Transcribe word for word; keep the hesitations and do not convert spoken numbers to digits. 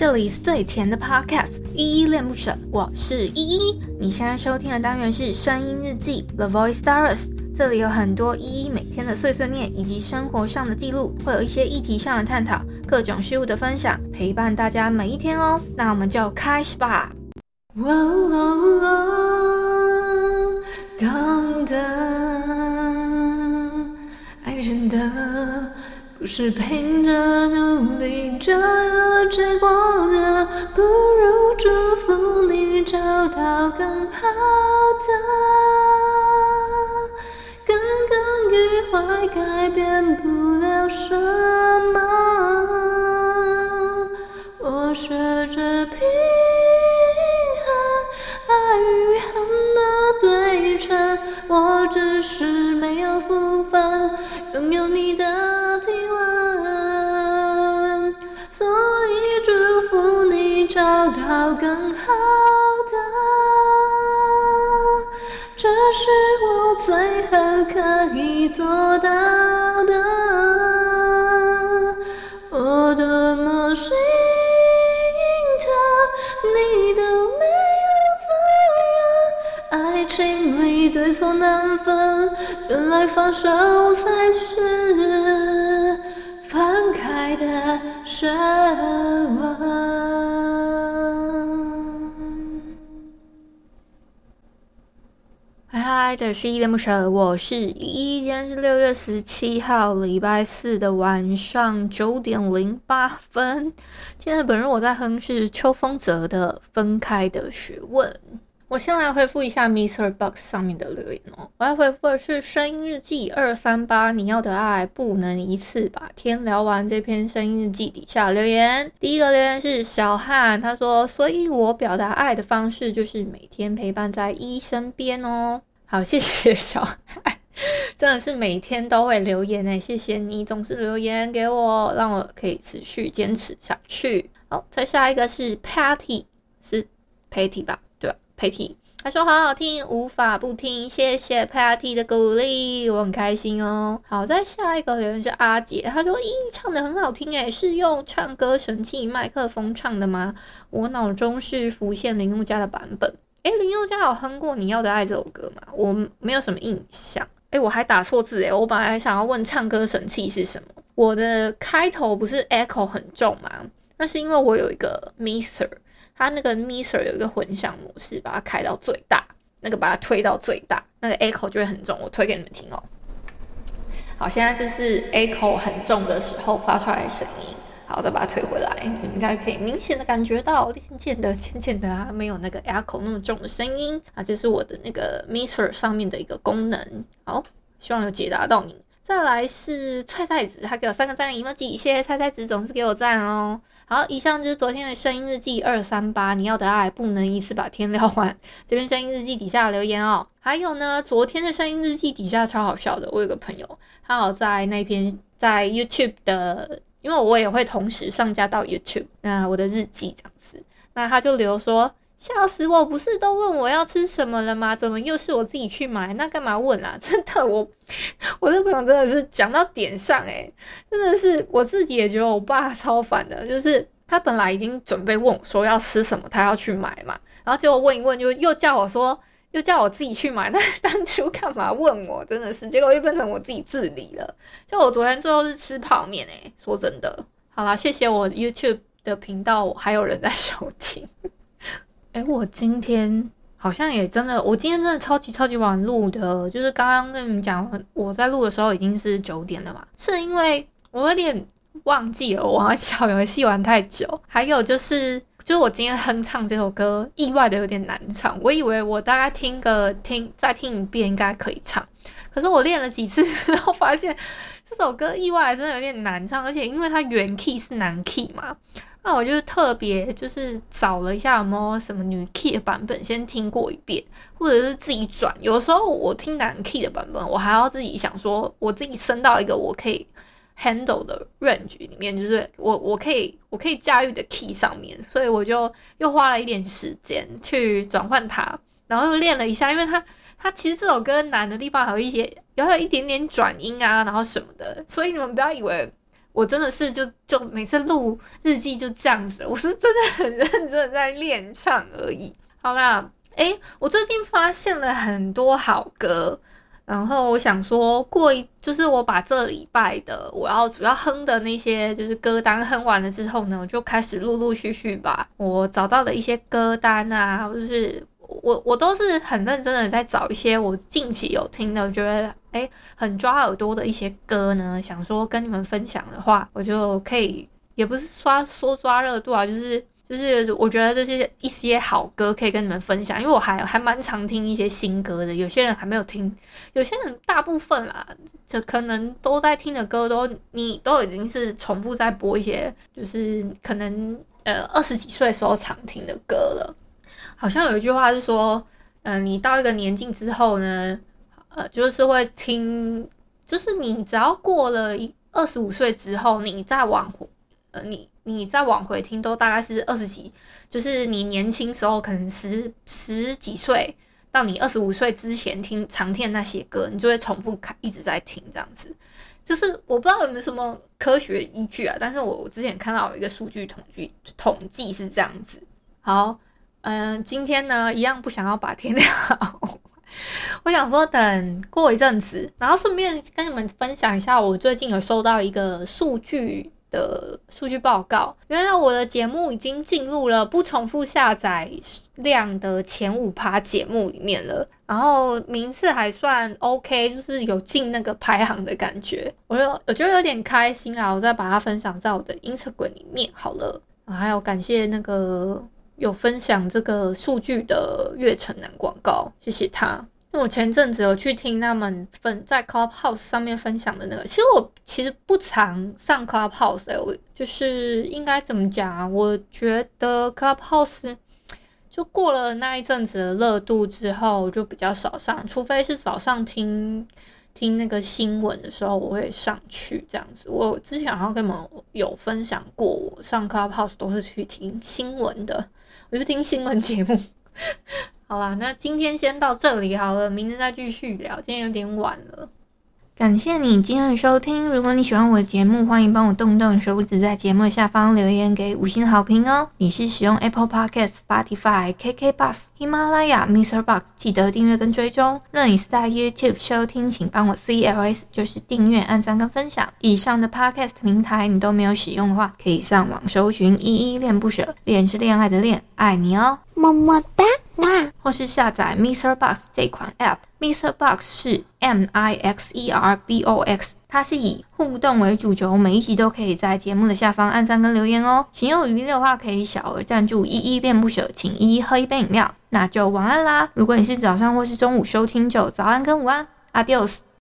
这里是最甜的 podcast， 依依恋不舍，我是依依。你现在收听的单元是声音日记 The Voice Diaries， 这里有很多依依每天的碎碎念以及生活上的记录，会有一些议题上的探讨，各种事物的分享，陪伴大家每一天哦。那我们就开始吧。哦哦哦，懂得爱真的不是凭着努力就有结果的，不如祝福你找到更好的。耿耿于怀改变不了什么，我学着平衡爱与恨的对称，我只是没有福分拥有你的体温，所以祝福你找到更好的，这是我最后可以做到的。我多么心疼你都没有责任，爱情里对错难分，原来放手才是分开的学问。嗨嗨，这里是依依恋不舍，我是依依。今天是六月十七号，礼拜四的晚上九点零八分。今天的本日我在哼是邱锋泽的《分开的学问》。我先来回复一下 Mister Box 上面的留言哦。我要回复的是声音日记二三八，你要的爱不能一次把天聊完这篇声音日记底下留言。第一个留言是小汉，他说，所以我表达爱的方式就是每天陪伴在依身边哦。好，谢谢小汉，真的是每天都会留言耶，谢谢你总是留言给我，让我可以持续坚持下去。好，再下一个是 Patty， 是 Patty 吧？对吧？Patty， 他说好好听，无法不听，谢谢 Patty 的鼓励，我很开心哦。好，再下一个留言是阿杰，他说咦，唱得很好听诶，是用唱歌神器麦克风唱的吗？我脑中是浮现林宥嘉的版本。诶，林宥嘉有哼过《你要的爱》这首歌吗？我没有什么印象。诶，我还打错字诶，我本来想要问唱歌神器是什么。我的开头不是 echo 很重吗？那是因为我有一个 mixer， 它那个 mixer 有一个混响模式，把它开到最大，那个把它推到最大，那个 echo 就会很重。我推给你们听哦。好，现在这是 echo 很重的时候发出来的声音。好，再把它推回来，你应该可以明显的感觉到渐渐的渐渐的啊，没有那个 echo 那么重的声音啊，这是我的那个 mixer 上面的一个功能。好，希望有解答到你。再来是菜菜子，他给我三个赞的 emoji， 谢谢菜菜子总是给我赞哦。好，以上就是昨天的声音日记二三八，你要的爱不能一次把天聊完，这边声音日记底下留言哦。还有呢，昨天的声音日记底下超好笑的，我有个朋友，他有在那篇在 YouTube 的，因为我也会同时上架到 YouTube， 那我的日记这样子，那他就留说，笑死我，不是都问我要吃什么了吗？怎么又是我自己去买？那干嘛问啊？真的，我我这朋友真的是讲到点上诶，真的是我自己也觉得我爸超烦的，就是他本来已经准备问我说要吃什么，他要去买嘛，然后结果问一问就又叫我说。又叫我自己去买，那当初干嘛问我？真的是，结果又变成我自己自理了。就我昨天最后是吃泡面诶，说真的。好啦，谢谢我 YouTube 的频道还有人在收听。诶，我今天好像也真的，我今天真的超级超级晚录的，就是刚刚跟你们讲，我在录的时候已经是九点了嘛，是因为我有点忘记了，我玩小游戏玩太久，还有就是。就是我今天哼唱这首歌，意外的有点难唱。我以为我大概听个听再听一遍应该可以唱，可是我练了几次之后发现这首歌意外真的有点难唱，而且因为它原 key 是男 key 嘛，那我就特别就是找了一下有没有什么女 key 的版本先听过一遍，或者是自己转。有时候我听男 key 的版本，我还要自己想说，我自己升到一个我可以。handle 的 range 里面，就是我我可以我可以驾驭的 key 上面，所以我就又花了一点时间去转换它，然后又练了一下，因为它它其实这首歌难的地方还有一些，还有一点点转音啊，然后什么的，所以你们不要以为我真的是就就每次录日记就这样子，我是真的很认真的在练唱而已。好啦，诶，我最近发现了很多好歌，然后我想说过一就是我把这礼拜的我要主要哼的那些就是歌单哼完了之后呢，我就开始陆陆续续把我找到的一些歌单啊，或者是我我都是很认真的在找一些我近期有听的，我觉得诶很抓耳朵的一些歌呢，想说跟你们分享的话，我就可以也不是刷说抓热度啊，就是就是我觉得这些一些好歌可以跟你们分享，因为我还还蛮常听一些新歌的，有些人还没有听，有些人大部分啦，这可能都在听的歌都你都已经是重复在播一些，就是可能呃二十几岁的时候常听的歌了。好像有一句话是说，嗯、呃，你到一个年纪之后呢，呃，就是会听，就是你只要过了二十五岁之后，你再往呃，你你再往回听，都大概是二十几，就是你年轻时候可能十十几岁到你二十五岁之前听常听的那些歌，你就会重复看，一直在听这样子。就是我不知道有没有什么科学依据啊，但是我我之前看到有一个数据统计统计是这样子。好。嗯、呃，今天呢，一样不想要把天亮好，我想说等过一阵子，然后顺便跟你们分享一下，我最近有收到一个数据的数据报告，原来我的节目已经进入了不重复下载量的前 百分之五 节目里面了，然后名次还算 OK， 就是有进那个排行的感觉，我就我觉得有点开心啦，我再把它分享在我的 Instagram 里面好了，还有感谢那个有分享这个数据的岳城南广告，谢谢他。因为我前阵子有去听他们分在 Clubhouse 上面分享的那个，其实我其实不常上 Clubhouse，欸，我就是应该怎么讲啊？我觉得 Clubhouse 就过了那一阵子的热度之后，就比较少上，除非是早上听听那个新闻的时候，我会上去这样子。我之前好像跟你们有分享过，我上 Clubhouse 都是去听新闻的。我就听新闻节目好啦，那今天先到这里好了，明天再继续聊，今天有点晚了。感谢你今天的收听，如果你喜欢我的节目，欢迎帮我动动手指在节目下方留言给五星好评哦。你是使用 Apple Podcast、Spotify、K K B O X、喜马拉雅、Mister Box， 记得订阅跟追踪。若你是在 YouTube 收听，请帮我 C L S， 就是订阅、按赞跟分享。以上的 Podcast 平台你都没有使用的话，可以上网搜寻依依恋不舍，恋是恋爱的恋，爱你哦，么么哒。或是下载 Mister Box 这款 App，Mister Box 是 M I X E R B O X， 它是以互动为主轴，每一集都可以在节目的下方按赞跟留言哦。行有余力的话，可以小额赞助依依恋不舍，请依依喝一杯饮料。那就晚安啦！如果你是早上或是中午收听，就早安跟午安 ，Adios。